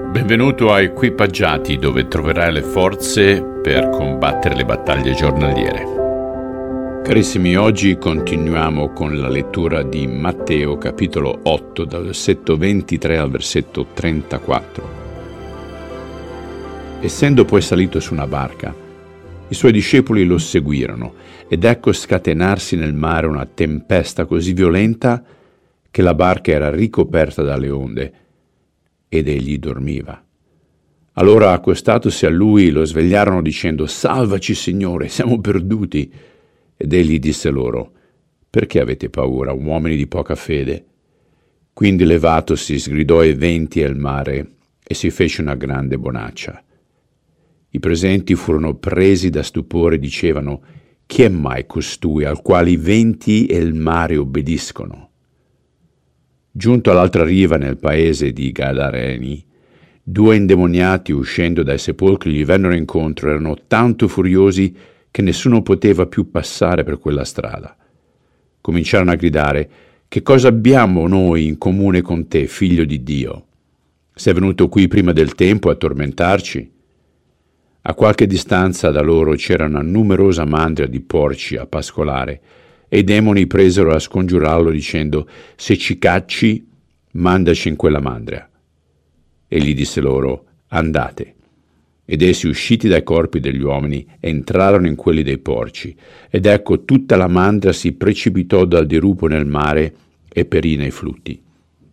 Benvenuto a Equipaggiati, dove troverai le forze per combattere le battaglie giornaliere. Carissimi, oggi continuiamo con la lettura di Matteo capitolo 8, dal versetto 23 al versetto 34. Essendo poi salito su una barca, i suoi discepoli lo seguirono, ed ecco scatenarsi nel mare una tempesta così violenta che la barca era ricoperta dalle onde, ed egli dormiva. Allora, accostatosi a lui, lo svegliarono dicendo: «Salvaci, Signore, siamo perduti!» Ed egli disse loro: «Perché avete paura, uomini di poca fede?» Quindi levatosi, sgridò ai venti e al mare, e si fece una grande bonaccia. I presenti furono presi da stupore e dicevano: «Chi è mai costui al quale i venti e il mare obbediscono?» Giunto all'altra riva, nel paese di Gadareni, 2 indemoniati, uscendo dai sepolcri, gli vennero incontro. Erano tanto furiosi che nessuno poteva più passare per quella strada. Cominciarono a gridare: «Che cosa abbiamo noi in comune con te, figlio di Dio? Sei venuto qui prima del tempo a tormentarci?» A qualche distanza da loro c'era una numerosa mandria di porci a pascolare, e i demoni presero a scongiurarlo dicendo: «Se ci cacci, mandaci in quella mandria». Egli disse loro: «Andate». Ed essi, usciti dai corpi degli uomini, entrarono in quelli dei porci, ed ecco tutta la mandria si precipitò dal dirupo nel mare e perì nei flutti.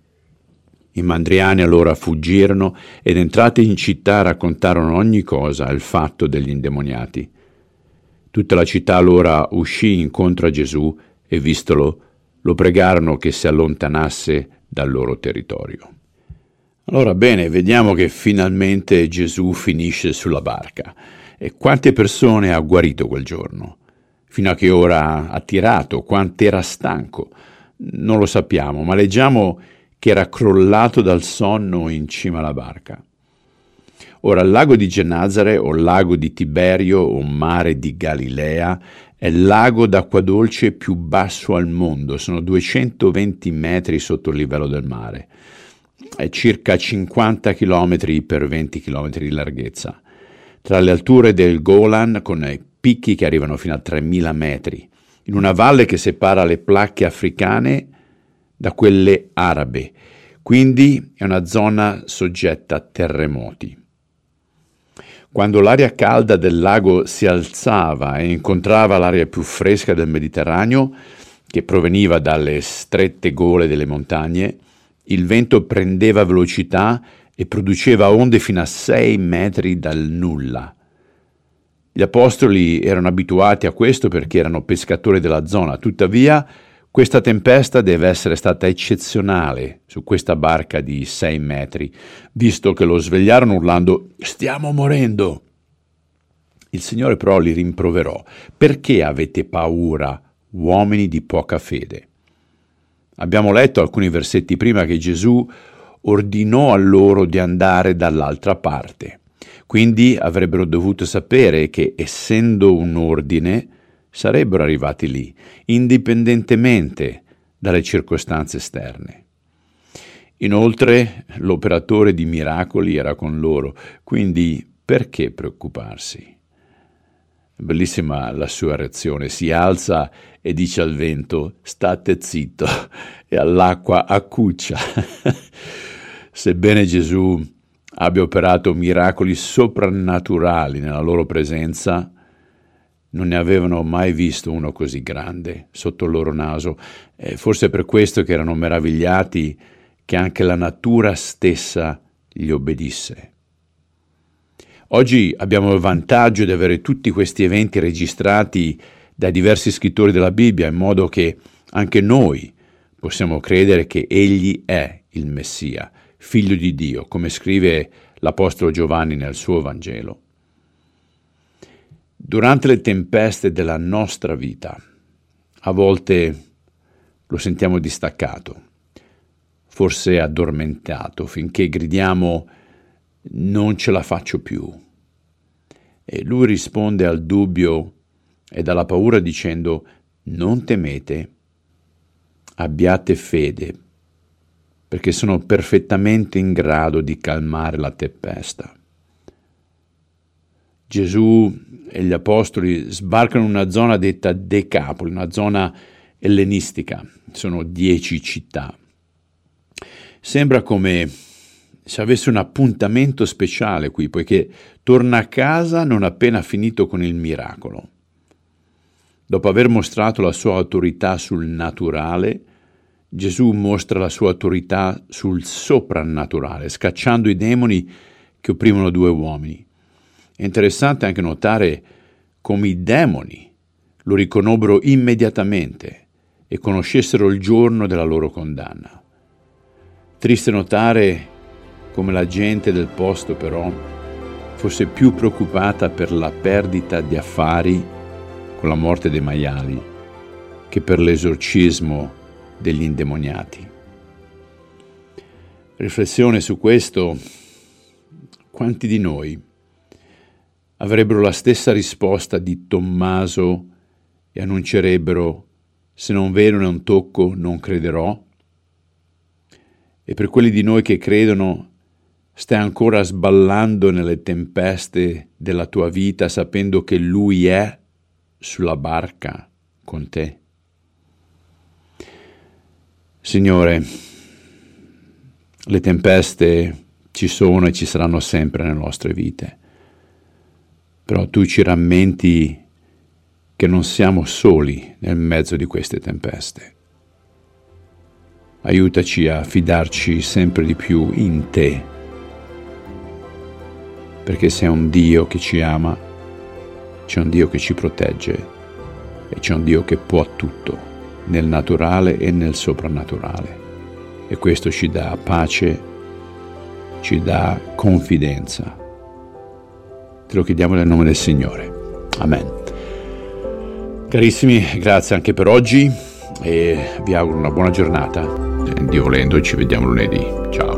I mandriani allora fuggirono ed entrati in città raccontarono ogni cosa, il fatto degli indemoniati. Tutta la città allora uscì incontro a Gesù e, vistolo, lo pregarono che si allontanasse dal loro territorio. Allora, bene, vediamo che finalmente Gesù finisce sulla barca. E quante persone ha guarito quel giorno? Fino a che ora ha tirato? Quant'era stanco? Non lo sappiamo, ma leggiamo che era crollato dal sonno in cima alla barca. Ora, il lago di Gennazare, o lago di Tiberio, o mare di Galilea, è il lago d'acqua dolce più basso al mondo. Sono 220 metri sotto il livello del mare. È circa 50 km per 20 km di larghezza. Tra le alture del Golan, con i picchi che arrivano fino a 3000 metri, in una valle che separa le placche africane da quelle arabe. Quindi è una zona soggetta a terremoti. Quando l'aria calda del lago si alzava e incontrava l'aria più fresca del Mediterraneo, che proveniva dalle strette gole delle montagne, il vento prendeva velocità e produceva onde fino a 6 metri dal nulla. Gli apostoli erano abituati a questo perché erano pescatori della zona. Tuttavia, questa tempesta deve essere stata eccezionale su questa barca di 6 metri, visto che lo svegliarono urlando: «Stiamo morendo!» Il Signore però li rimproverò: «Perché avete paura, uomini di poca fede?» Abbiamo letto alcuni versetti prima che Gesù ordinò a loro di andare dall'altra parte. Quindi avrebbero dovuto sapere che, essendo un ordine, sarebbero arrivati lì, indipendentemente dalle circostanze esterne. Inoltre, l'operatore di miracoli era con loro, quindi perché preoccuparsi? Bellissima la sua reazione: si alza e dice al vento: «State zitto», e all'acqua: «Accuccia». Sebbene Gesù abbia operato miracoli soprannaturali nella loro presenza, non ne avevano mai visto uno così grande sotto il loro naso. Forse è per questo che erano meravigliati che anche la natura stessa gli obbedisse. Oggi abbiamo il vantaggio di avere tutti questi eventi registrati dai diversi scrittori della Bibbia, in modo che anche noi possiamo credere che Egli è il Messia, Figlio di Dio, come scrive l'Apostolo Giovanni nel suo Vangelo. Durante le tempeste della nostra vita, a volte lo sentiamo distaccato, forse addormentato, finché gridiamo: «Non ce la faccio più». E Lui risponde al dubbio e alla paura dicendo: «Non temete, abbiate fede». perché sono perfettamente in grado di calmare la tempesta. Gesù e gli apostoli sbarcano in una zona detta Decapoli, una zona ellenistica, sono 10 città. Sembra come se avesse un appuntamento speciale qui, poiché torna a casa non appena finito con il miracolo. Dopo aver mostrato la sua autorità sul naturale, Gesù mostra la sua autorità sul soprannaturale, scacciando i demoni che opprimono 2 uomini. È interessante anche notare come i demoni lo riconobbero immediatamente e conoscessero il giorno della loro condanna. Triste notare come la gente del posto però fosse più preoccupata per la perdita di affari con la morte dei maiali che per l'esorcismo degli indemoniati. Riflessione su questo: quanti di noi avrebbero la stessa risposta di Tommaso e annuncerebbero: se non vedo e non tocco non crederò? E per quelli di noi che credono, stai ancora sballando nelle tempeste della tua vita sapendo che Lui è sulla barca con te? Signore, le tempeste ci sono e ci saranno sempre nelle nostre vite, però Tu ci rammenti che non siamo soli nel mezzo di queste tempeste. Aiutaci a fidarci sempre di più in Te, perché sei un Dio che ci ama, c'è un Dio che ci protegge e c'è un Dio che può tutto, nel naturale e nel soprannaturale. E questo ci dà pace, ci dà confidenza. Te lo chiediamo nel nome del Signore. Amen. Carissimi, grazie anche per oggi e vi auguro una buona giornata. Dio volendo, ci vediamo lunedì. Ciao.